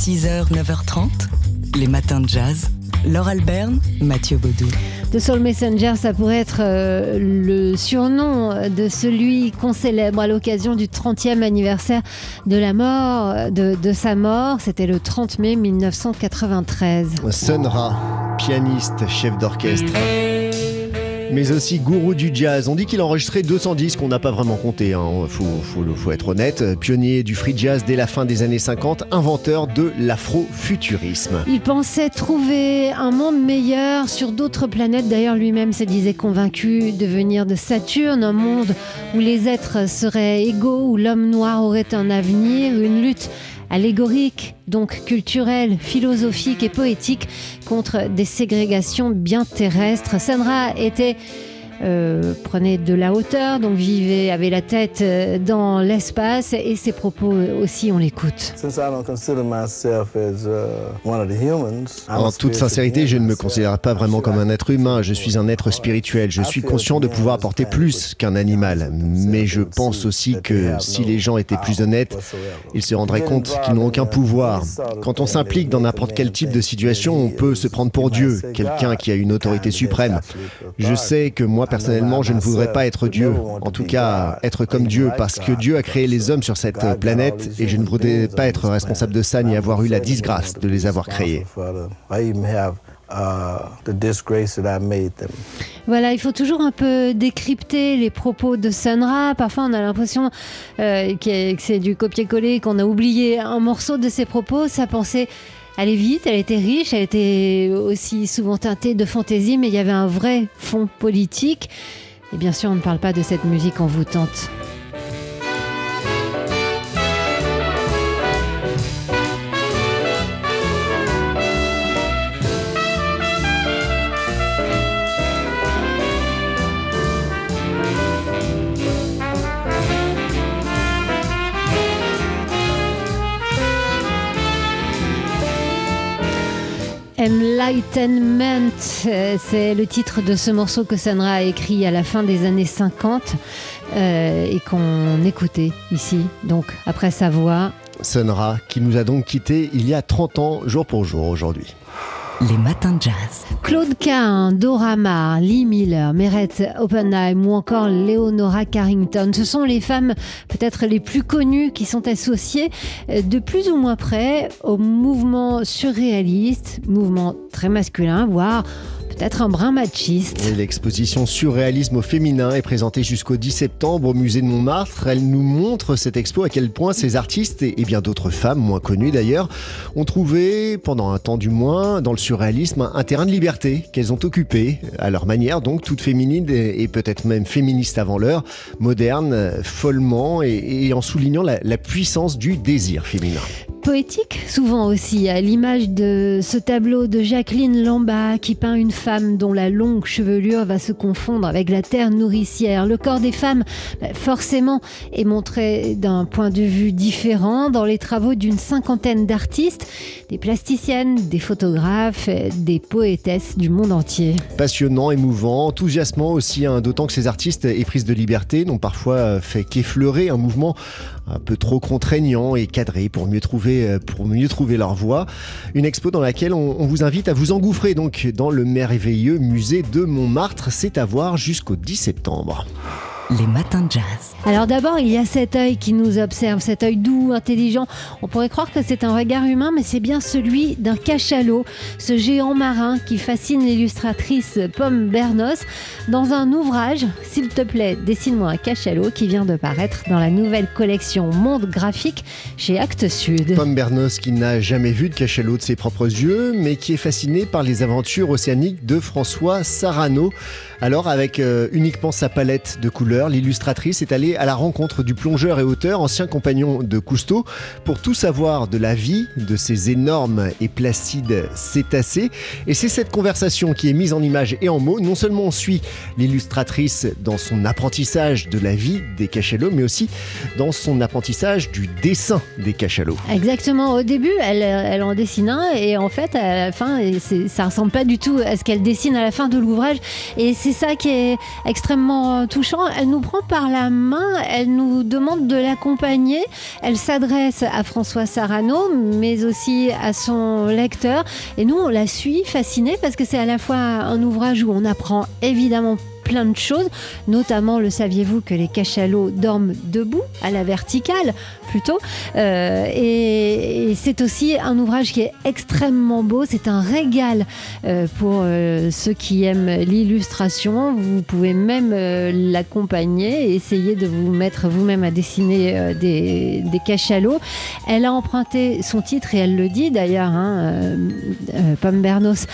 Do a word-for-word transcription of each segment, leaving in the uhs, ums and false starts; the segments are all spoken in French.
six heures, neuf heures trente, les matins de jazz. Laure Alberne, Mathieu Baudou. The Soul Messenger, ça pourrait être euh, le surnom de celui qu'on célèbre à l'occasion du trentième anniversaire de la mort, de, de sa mort. C'était le trente mai mille neuf cent quatre-vingt-treize. Sun Ra, pianiste, chef d'orchestre, mais aussi gourou du jazz. On dit qu'il a enregistré deux cents disques, on n'a pas vraiment compté, hein. faut, faut, faut être honnête. Pionnier du free jazz dès la fin des années cinquante, inventeur de l'afrofuturisme. Il pensait trouver un monde meilleur sur d'autres planètes. D'ailleurs, lui-même se disait convaincu de venir de Saturne, un monde où les êtres seraient égaux, où l'homme noir aurait un avenir, une lutte allégorique, donc culturelle, philosophique et poétique contre des ségrégations bien terrestres. Sun Ra était Euh, prenait de la hauteur, donc vivait, avait la tête dans l'espace, et ses propos aussi, on l'écoute. En toute sincérité, je ne me considère pas vraiment comme un être humain, je suis un être spirituel. Je suis conscient de pouvoir apporter plus qu'un animal, mais je pense aussi que si les gens étaient plus honnêtes, ils se rendraient compte qu'ils n'ont aucun pouvoir. Quand on s'implique dans n'importe quel type de situation, on peut se prendre pour Dieu, quelqu'un qui a une autorité suprême. Je sais que moi, personnellement, je ne voudrais pas être Dieu, en tout cas être comme Dieu, parce que Dieu a créé les hommes sur cette planète et je ne voudrais pas être responsable de ça ni avoir eu la disgrâce de les avoir créés. Voilà, il faut toujours un peu décrypter les propos de Sun Ra. Parfois, on a l'impression euh, que c'est du copier-coller, qu'on a oublié un morceau de ses propos. Sa pensée allait vite, elle était riche, elle était aussi souvent teintée de fantaisie, mais il y avait un vrai fond politique. Et bien sûr, on ne parle pas de cette musique envoûtante. Enlightenment, c'est le titre de ce morceau que Sun Ra a écrit à la fin des années cinquante euh, et qu'on écoutait ici, donc après sa voix. Sun Ra, qui nous a donc quittés il y a trente ans, jour pour jour aujourd'hui. Les matins de jazz. Claude Kahn, Dora Maar, Lee Miller, Meret Oppenheim ou encore Leonora Carrington. Ce sont les femmes peut-être les plus connues qui sont associées de plus ou moins près au mouvement surréaliste, mouvement très masculin, voire peut-être un brin machiste. Et l'exposition Surréalisme au féminin est présentée jusqu'au dix septembre au musée de Montmartre. Elle nous montre, cette expo, à quel point ces artistes et bien d'autres femmes, moins connues d'ailleurs, ont trouvé, pendant un temps du moins, dans le surréalisme, un terrain de liberté qu'elles ont occupé, à leur manière, donc toute féminine et peut-être même féministe avant l'heure, moderne, follement et, et en soulignant la, la puissance du désir féminin. Poétique, souvent aussi, à l'image de ce tableau de Jacqueline Lamba qui peint une femme dont la longue chevelure va se confondre avec la terre nourricière. Le corps des femmes, forcément, est montré d'un point de vue différent dans les travaux d'une cinquantaine d'artistes, des plasticiennes, des photographes, des poétesses du monde entier. Passionnant, émouvant, enthousiasmant aussi, hein, d'autant que ces artistes épris de liberté n'ont parfois fait qu'effleurer un mouvement un peu trop contraignant et cadré pour mieux trouver, pour mieux trouver leur voix. Une expo dans laquelle on, on vous invite à vous engouffrer donc dans le merveilleux musée de Montmartre. C'est à voir jusqu'au dix septembre. Les matins de jazz. Alors d'abord, il y a cet œil qui nous observe, cet œil doux, intelligent. On pourrait croire que c'est un regard humain, mais c'est bien celui d'un cachalot, ce géant marin qui fascine l'illustratrice Pomme Bernos dans un ouvrage, S'il te plaît, dessine-moi un cachalot, qui vient de paraître dans la nouvelle collection Monde Graphique chez Actes Sud. Pomme Bernos qui n'a jamais vu de cachalot de ses propres yeux, mais qui est fascinée par les aventures océaniques de François Sarano. Alors, avec euh, uniquement sa palette de couleurs, l'illustratrice est allée à la rencontre du plongeur et auteur, ancien compagnon de Cousteau, pour tout savoir de la vie de ces énormes et placides cétacés. Et c'est cette conversation qui est mise en images et en mots. Non seulement on suit l'illustratrice dans son apprentissage de la vie des cachalots, mais aussi dans son apprentissage du dessin des cachalots. Exactement. Au début, elle, elle en dessine un, et en fait, à la fin, c'est, ça ressemble pas du tout à ce qu'elle dessine à la fin de l'ouvrage. Et c'est ça qui est extrêmement touchant. elle nous prend par la main, elle nous demande de l'accompagner. Elle s'adresse à François Sarano, mais aussi à son lecteur. Et nous, on la suit, fascinée, parce que c'est à la fois un ouvrage où on apprend évidemment plein de choses, notamment le saviez-vous que les cachalots dorment debout, à la verticale plutôt, euh, et, et c'est aussi un ouvrage qui est extrêmement beau, c'est un régal euh, pour euh, ceux qui aiment l'illustration. Vous pouvez même euh, l'accompagner et essayer de vous mettre vous-même à dessiner euh, des, des cachalots. Elle a emprunté son titre, et elle le dit d'ailleurs, hein, euh, euh, Pomme Bernos,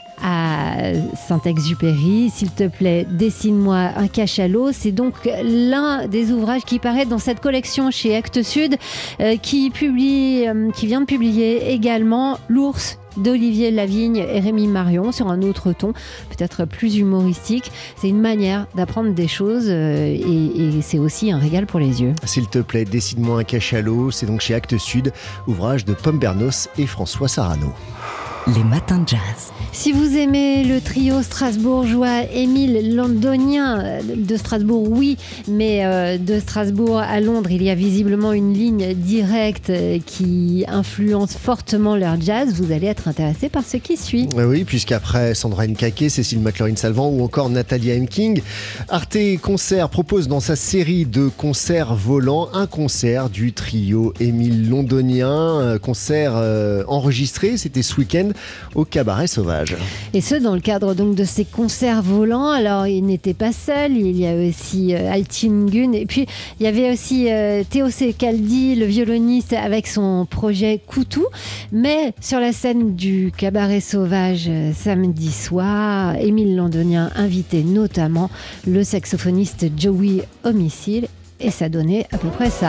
à Saint-Exupéry, s'il te plaît, dessine-moi un cachalot. C'est donc l'un des ouvrages qui paraît dans cette collection chez Actes Sud, euh, qui publie, euh, qui vient de publier également L'ours d'Olivier Lavigne et Rémi Marion, sur un autre ton, peut-être plus humoristique. C'est une manière d'apprendre des choses euh, et, et c'est aussi un régal pour les yeux. S'il te plaît, dessine-moi un cachalot. C'est donc chez Actes Sud, ouvrage de Pomme Bernos et François Sarano. Les matins de jazz. Si vous aimez le trio strasbourgeois Émile Londonien, de Strasbourg, oui, mais euh, de Strasbourg à Londres, il y a visiblement une ligne directe qui influence fortement leur jazz. Vous allez être intéressé par ce qui suit. Oui, puisqu'après Sandra Nkake, Cécile McLaurin-Salvant ou encore Nathalia M. King, Arte Concert propose dans sa série de concerts volants un concert du trio Émile Londonien, concert euh, enregistré, c'était ce week-end au Cabaret Sauvage. Et ce, dans le cadre donc de ces concerts volants. Alors, il n'était pas seul, il y a aussi euh, Altin Gun, et puis il y avait aussi euh, Théo Secaldi, le violoniste, avec son projet Koutou. Mais sur la scène du Cabaret Sauvage euh, samedi soir, Émile Londonien invitait notamment le saxophoniste Joey Homicile, et ça donnait à peu près ça.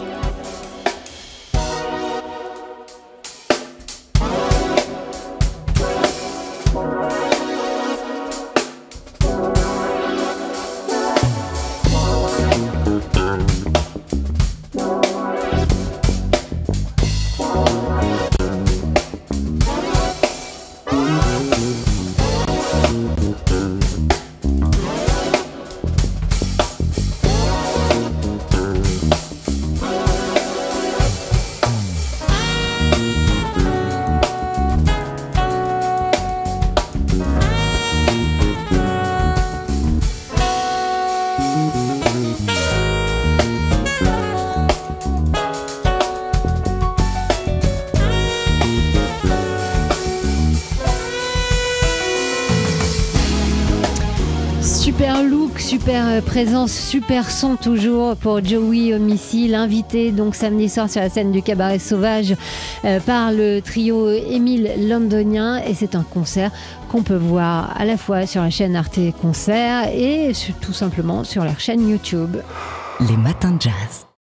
Super look, super présence, super son toujours pour Joey Homicile, invité donc samedi soir sur la scène du Cabaret Sauvage euh, par le trio Émile Londonien, et c'est un concert qu'on peut voir à la fois sur la chaîne Arte Concert et tout simplement sur leur chaîne YouTube. Les matins de jazz.